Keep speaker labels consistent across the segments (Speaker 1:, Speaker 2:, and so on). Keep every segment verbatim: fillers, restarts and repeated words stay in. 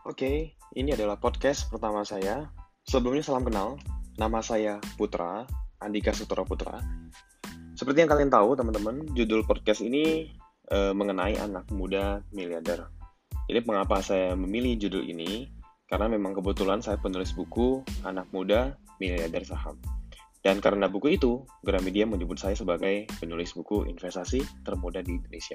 Speaker 1: Oke, ini adalah podcast pertama saya. Sebelumnya salam kenal, nama saya Putra, Andika Sutoro Putra. Seperti yang kalian tahu teman-teman, judul podcast ini eh, mengenai anak muda miliarder. Jadi mengapa saya memilih judul ini? Karena memang kebetulan saya penulis buku Anak Muda Miliarder Saham. Dan karena buku itu, Gramedia menyebut saya sebagai penulis buku investasi termuda di Indonesia.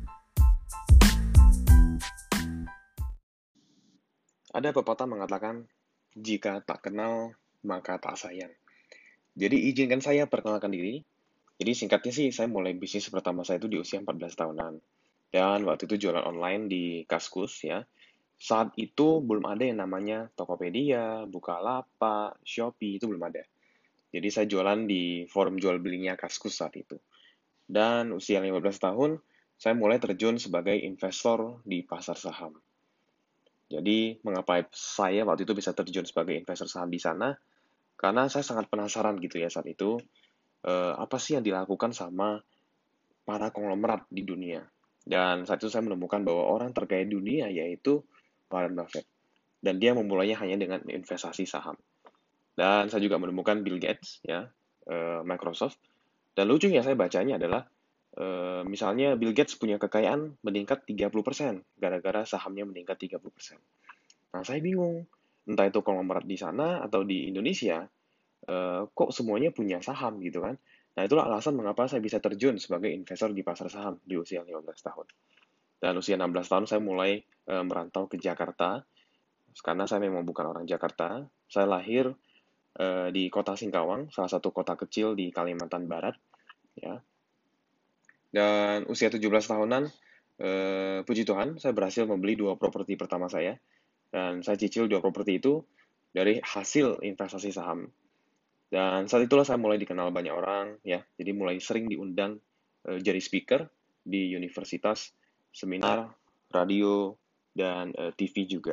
Speaker 1: Ada pepatah mengatakan, jika tak kenal, maka tak sayang. Jadi izinkan saya perkenalkan diri. Jadi singkatnya sih, saya mulai bisnis pertama saya itu di usia empat belas tahunan. Dan waktu itu jualan online di Kaskus ya. Saat itu belum ada yang namanya Tokopedia, Bukalapak, Shopee, itu belum ada. Jadi saya jualan di forum jual belinya Kaskus saat itu. Dan usia lima belas tahun, saya mulai terjun sebagai investor di pasar saham. Jadi, mengapa saya waktu itu bisa terjun sebagai investor saham di sana? Karena saya sangat penasaran gitu ya saat itu, eh, apa sih yang dilakukan sama para konglomerat di dunia. Dan saat itu saya menemukan bahwa orang terkaya dunia yaitu Warren Buffett. Dan dia memulainya hanya dengan investasi saham. Dan saya juga menemukan Bill Gates, ya, eh, Microsoft. Dan lucunya saya bacanya adalah, eh, misalnya Bill Gates punya kekayaan meningkat tiga puluh persen, gara-gara sahamnya meningkat tiga puluh persen. Nah, saya bingung. Entah itu konglomerat di sana atau di Indonesia, eh, kok semuanya punya saham gitu kan. Nah, itulah alasan mengapa saya bisa terjun sebagai investor di pasar saham di usia lima belas tahun. Dan usia enam belas tahun saya mulai eh, merantau ke Jakarta, karena saya memang bukan orang Jakarta. Saya lahir eh, di kota Singkawang, salah satu kota kecil di Kalimantan Barat. Ya. Dan usia tujuh belas tahunan, eh, puji Tuhan, saya berhasil membeli dua properti pertama saya. Dan saya cicil dua properti itu dari hasil investasi saham. Dan saat itulah saya mulai dikenal banyak orang, ya. Jadi mulai sering diundang eh, jadi speaker di universitas, seminar, radio, dan eh, T V juga.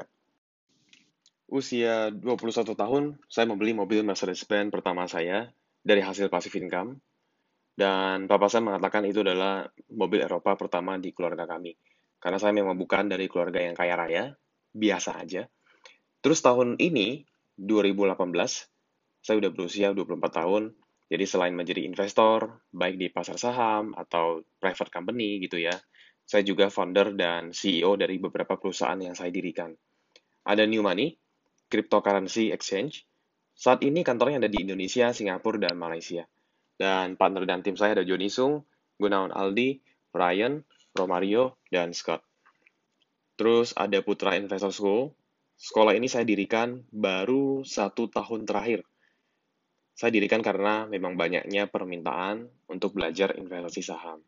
Speaker 1: Usia dua puluh satu tahun, saya membeli mobil Mercedes-Benz pertama saya dari hasil passive income. Dan papa saya mengatakan itu adalah mobil Eropa pertama di keluarga kami. Karena saya memang bukan dari keluarga yang kaya raya, biasa aja. Terus tahun ini, dua ribu delapan belas, saya udah berusia dua puluh empat tahun. Jadi selain menjadi investor, baik di pasar saham atau private company gitu ya, saya juga founder dan C E O dari beberapa perusahaan yang saya dirikan. Ada New Money, cryptocurrency exchange. Saat ini kantornya ada di Indonesia, Singapura, dan Malaysia. Dan partner dan tim saya ada Joni Sung, Gunawan Aldi, Ryan, Romario, dan Scott. Terus ada Putra Investor School. Sekolah ini saya dirikan baru satu tahun terakhir. Saya dirikan karena memang banyaknya permintaan untuk belajar investasi saham.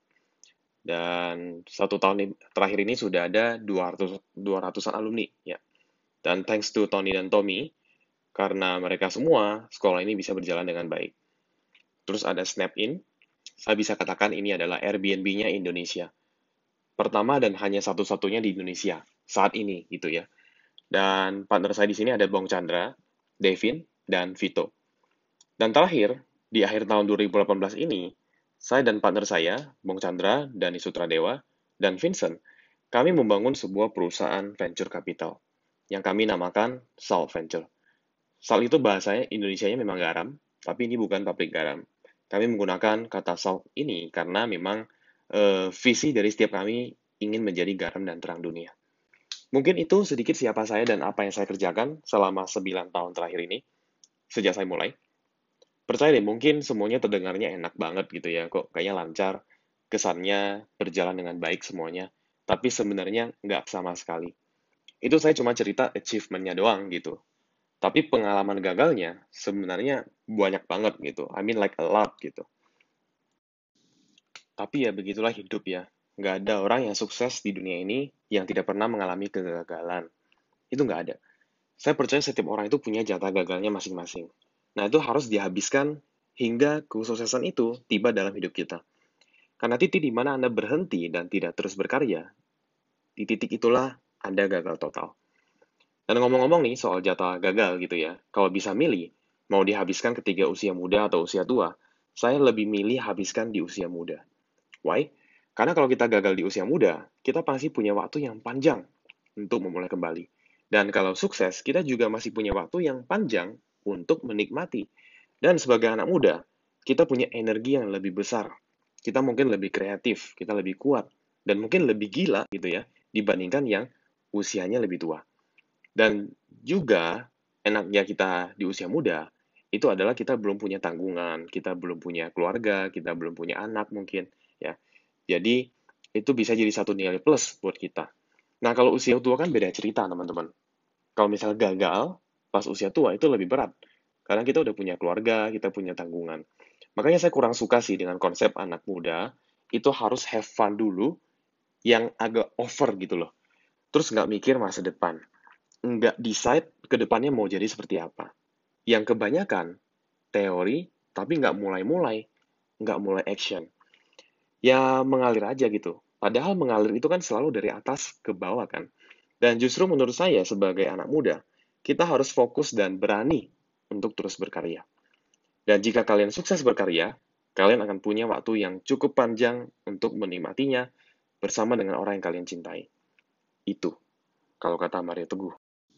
Speaker 1: Dan satu tahun terakhir ini sudah ada dua ratus, dua ratusan alumni. Ya. Dan thanks to Tony dan Tommy, karena mereka semua, sekolah ini bisa berjalan dengan baik. Terus ada Snap-in. Saya bisa katakan ini adalah Airbnb-nya Indonesia. Pertama dan hanya satu-satunya di Indonesia saat ini gitu ya. Dan partner saya di sini ada Bong Chandra, Devin, dan Vito. Dan terakhir, di akhir tahun dua ribu delapan belas ini, saya dan partner saya, Bong Chandra, Dani Sutradewa, dan Vincent, kami membangun sebuah perusahaan venture capital yang kami namakan Salt Venture. Salt itu bahasanya Indonesianya memang garam, tapi ini bukan pabrik garam. Kami menggunakan kata salt ini karena memang eh, visi dari setiap kami ingin menjadi garam dan terang dunia. Mungkin itu sedikit siapa saya dan apa yang saya kerjakan selama sembilan tahun terakhir ini, sejak saya mulai. Percaya deh, mungkin semuanya terdengarnya enak banget gitu ya, kok kayaknya lancar, kesannya berjalan dengan baik semuanya, tapi sebenarnya nggak sama sekali. Itu saya cuma cerita achievement-nya doang gitu. Tapi pengalaman gagalnya sebenarnya banyak banget gitu. I mean like a lot gitu. Tapi ya begitulah hidup ya. Nggak ada orang yang sukses di dunia ini yang tidak pernah mengalami kegagalan. Itu nggak ada. Saya percaya setiap orang itu punya jatah gagalnya masing-masing. Nah, itu harus dihabiskan hingga kesuksesan itu tiba dalam hidup kita. Karena titik di mana Anda berhenti dan tidak terus berkarya, di titik itulah Anda gagal total. Dan ngomong-ngomong nih soal jatah gagal gitu ya, kalau bisa milih, mau dihabiskan ketika usia muda atau usia tua, saya lebih milih habiskan di usia muda. Why? Karena kalau kita gagal di usia muda, kita pasti punya waktu yang panjang untuk memulai kembali. Dan kalau sukses, kita juga masih punya waktu yang panjang untuk menikmati. Dan sebagai anak muda, kita punya energi yang lebih besar. Kita mungkin lebih kreatif, kita lebih kuat, dan mungkin lebih gila gitu ya, dibandingkan yang usianya lebih tua. Dan juga enaknya kita di usia muda, itu adalah kita belum punya tanggungan, kita belum punya keluarga, kita belum punya anak mungkin, ya. Jadi, itu bisa jadi satu nilai plus buat kita. Nah, kalau usia tua kan beda cerita, teman-teman. Kalau misalnya gagal, pas usia tua itu lebih berat. Karena kita udah punya keluarga, kita punya tanggungan. Makanya saya kurang suka sih dengan konsep anak muda, itu harus have fun dulu, yang agak over gitu loh. Terus nggak mikir masa depan. Nggak decide ke depannya mau jadi seperti apa. Yang kebanyakan, teori, tapi nggak mulai-mulai, nggak mulai action. Ya mengalir aja gitu. Padahal mengalir itu kan selalu dari atas ke bawah kan. Dan justru menurut saya sebagai anak muda, kita harus fokus dan berani untuk terus berkarya. Dan jika kalian sukses berkarya, kalian akan punya waktu yang cukup panjang untuk menikmatinya bersama dengan orang yang kalian cintai. Itu, kalau kata Mario Teguh.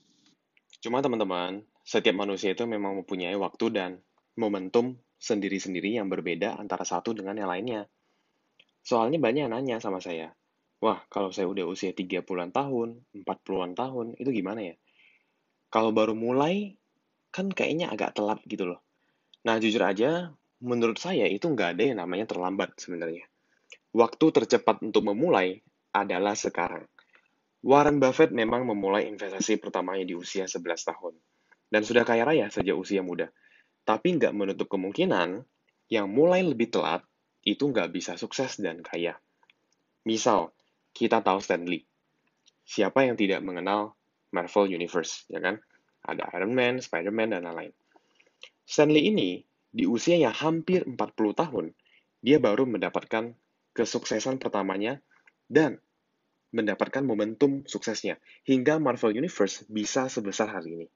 Speaker 1: Cuma teman-teman, setiap manusia itu memang mempunyai waktu dan momentum sendiri-sendiri yang berbeda antara satu dengan yang lainnya. Soalnya banyak yang nanya sama saya, wah kalau saya udah usia tiga puluhan tahun, empat puluhan tahun, itu gimana ya? Kalau baru mulai, kan kayaknya agak telat gitu loh. Nah jujur aja, menurut saya itu nggak ada yang namanya terlambat sebenarnya. Waktu tercepat untuk memulai adalah sekarang. Warren Buffett memang memulai investasi pertamanya di usia sebelas tahun. Dan sudah kaya raya sejak usia muda. Tapi nggak menutup kemungkinan yang mulai lebih telat itu nggak bisa sukses dan kaya. Misal, kita tahu Stan Lee. Siapa yang tidak mengenal Marvel Universe, ya kan? Ada Iron Man, Spider-Man, dan lain-lain. Stan Lee ini, di usia yang hampir empat puluh tahun, dia baru mendapatkan kesuksesan pertamanya dan mendapatkan momentum suksesnya. Hingga Marvel Universe bisa sebesar hari ini.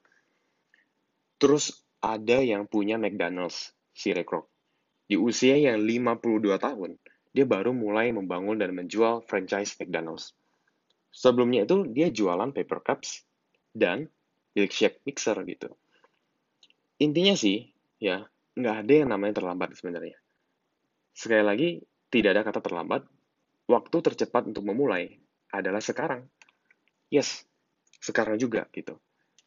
Speaker 1: Terus ada yang punya McDonald's, si Ray Kroc. Di usia yang lima puluh dua tahun, dia baru mulai membangun dan menjual franchise McDonald's. Sebelumnya itu dia jualan paper cups dan milkshake mixer gitu. Intinya sih, ya, nggak ada yang namanya terlambat sebenarnya. Sekali lagi, tidak ada kata terlambat. Waktu tercepat untuk memulai adalah sekarang. Yes, sekarang juga gitu.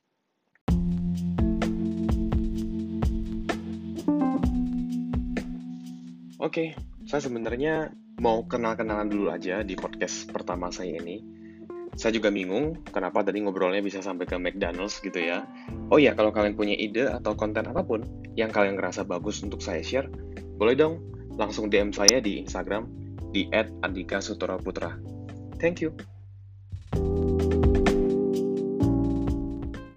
Speaker 1: Oke, saya sebenarnya mau kenal-kenalan dulu aja di podcast pertama saya ini. Saya juga bingung kenapa tadi ngobrolnya bisa sampai ke McDonald's gitu ya. Oh iya, kalau kalian punya ide atau konten apapun yang kalian ngerasa bagus untuk saya share, boleh dong langsung D M saya di Instagram di et andika sutoraputra. Thank you.